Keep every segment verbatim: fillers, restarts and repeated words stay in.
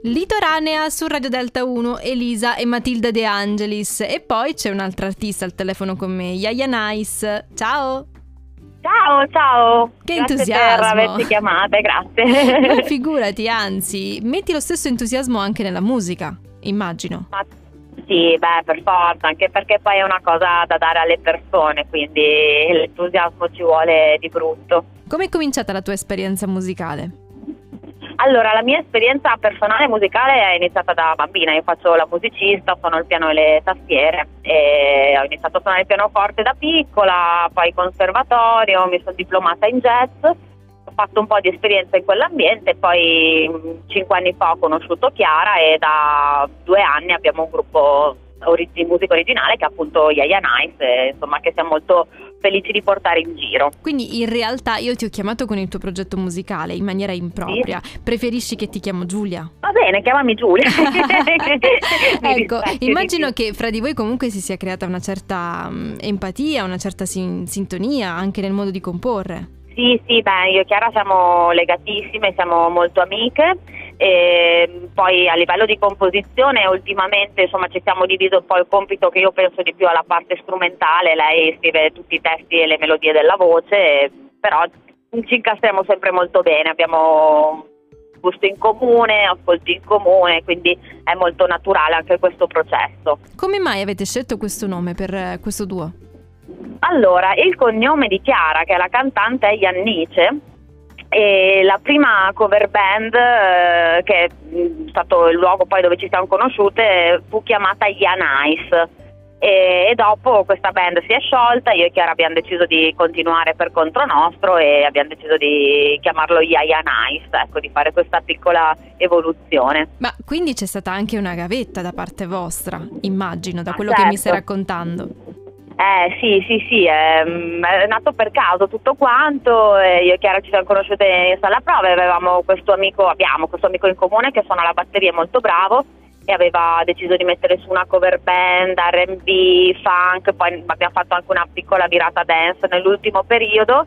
Litoranea su Radio Delta uno, Elisa e Matilda De Angelis. E poi c'è un'altra artista al telefono con me, Yaya Nice. Ciao! Ciao, ciao! Che grazie entusiasmo! Per averci chiamate, grazie. Ma figurati, anzi, metti lo stesso entusiasmo anche nella musica, immagino. Ma sì, beh, per forza, anche perché poi è una cosa da dare alle persone, quindi l'entusiasmo ci vuole di brutto. Come è cominciata la tua esperienza musicale? Allora, la mia esperienza personale musicale è iniziata da bambina. Io faccio la musicista, suono il piano e le tastiere e ho iniziato a suonare il pianoforte da piccola, poi conservatorio, mi sono diplomata in jazz, ho fatto un po' di esperienza in quell'ambiente, poi cinque anni fa ho conosciuto Chiara e da due anni abbiamo un gruppo di musica originale che è appunto Yaya Nice, e, insomma, che siamo molto felici di portare in giro. Quindi in realtà io ti ho chiamato con il tuo progetto musicale in maniera impropria. Sì. Preferisci che ti chiamo Giulia? Va bene, chiamami Giulia. Ecco, immagino che fra di voi comunque si sia creata una certa um, empatia, una certa sin- sintonia anche nel modo di comporre. Sì, sì, beh, io e Chiara siamo legatissime, siamo molto amiche. E poi a livello di composizione ultimamente insomma ci siamo divisi un po' il compito, che io penso di più alla parte strumentale, lei scrive tutti i testi e le melodie della voce, però ci incastriamo sempre molto bene, abbiamo gusto in comune, ascolti in comune, quindi è molto naturale anche questo processo. Come mai avete scelto questo nome per questo duo? Allora, il cognome di Chiara, che è la cantante, è Iannice. E la prima cover band, eh, che è stato il luogo poi dove ci siamo conosciute, fu chiamata Yaya Nice, e, e dopo questa band si è sciolta, io e Chiara abbiamo deciso di continuare per conto nostro e abbiamo deciso di chiamarlo Yaya Nice, ecco, di fare questa piccola evoluzione. Ma quindi c'è stata anche una gavetta da parte vostra, immagino, da quello certo. che mi stai raccontando. Eh sì, sì, sì, è, è nato per caso tutto quanto, e io e Chiara ci siamo conosciute in sala prove, avevamo questo amico, abbiamo questo amico in comune che suona la batteria, molto bravo, e aveva deciso di mettere su una cover band, R and B, funk, poi abbiamo fatto anche una piccola virata dance nell'ultimo periodo,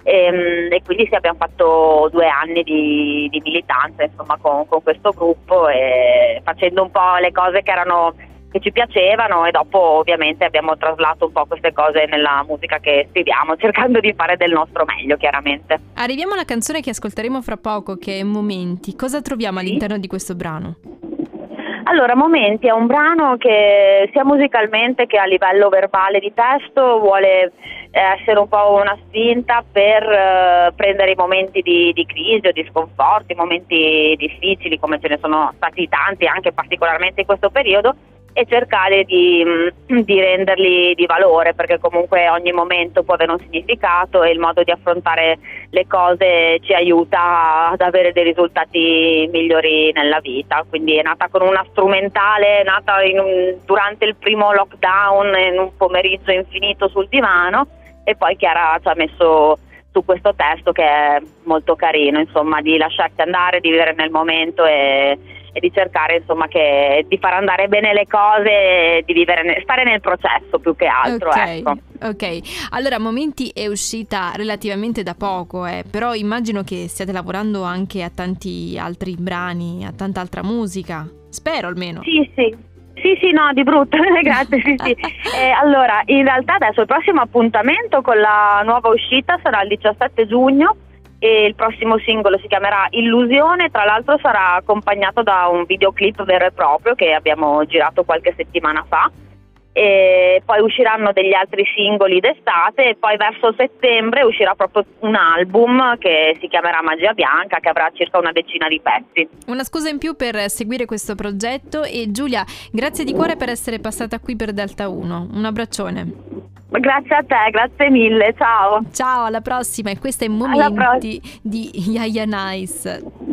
e, e quindi sì, abbiamo fatto due anni di, di militanza insomma con, con questo gruppo, e facendo un po' le cose che erano... che ci piacevano, e dopo ovviamente abbiamo traslato un po' queste cose nella musica che scriviamo, cercando di fare del nostro meglio, chiaramente. Arriviamo alla canzone che ascolteremo fra poco, che è Momenti. Cosa troviamo Sì. all'interno di questo brano? Allora, Momenti è un brano che sia musicalmente che a livello verbale di testo vuole essere un po' una spinta per uh, prendere i momenti di, di crisi o di sconforto, i momenti difficili, come ce ne sono stati tanti anche particolarmente in questo periodo, e cercare di, di renderli di valore, perché comunque ogni momento può avere un significato e il modo di affrontare le cose ci aiuta ad avere dei risultati migliori nella vita. Quindi è nata con una strumentale, è nata in un, durante il primo lockdown, in un pomeriggio infinito sul divano, e poi Chiara ci ha messo su questo testo che è molto carino, insomma, di lasciarsi andare, di vivere nel momento e e di cercare insomma che di far andare bene le cose, di vivere, stare nel processo più che altro. Okay, ecco. ok, allora Momenti è uscita relativamente da poco, eh, però immagino che stiate lavorando anche a tanti altri brani, a tanta altra musica, spero almeno. Sì, sì. Sì, sì, no, di brutto, grazie, sì, sì. Eh, allora, in realtà adesso il prossimo appuntamento con la nuova uscita sarà il diciassette giugno, e il prossimo singolo si chiamerà Illusione, tra l'altro sarà accompagnato da un videoclip vero e proprio che abbiamo girato qualche settimana fa, e poi usciranno degli altri singoli d'estate, e poi verso settembre uscirà proprio un album che si chiamerà Magia Bianca, che avrà circa una decina di pezzi. Una scusa in più per seguire questo progetto, e Giulia, grazie di cuore per essere passata qui per Delta uno, un abbraccione. Grazie a te, grazie mille, ciao. Ciao, alla prossima, e questo è Momenti di Yaya Nice.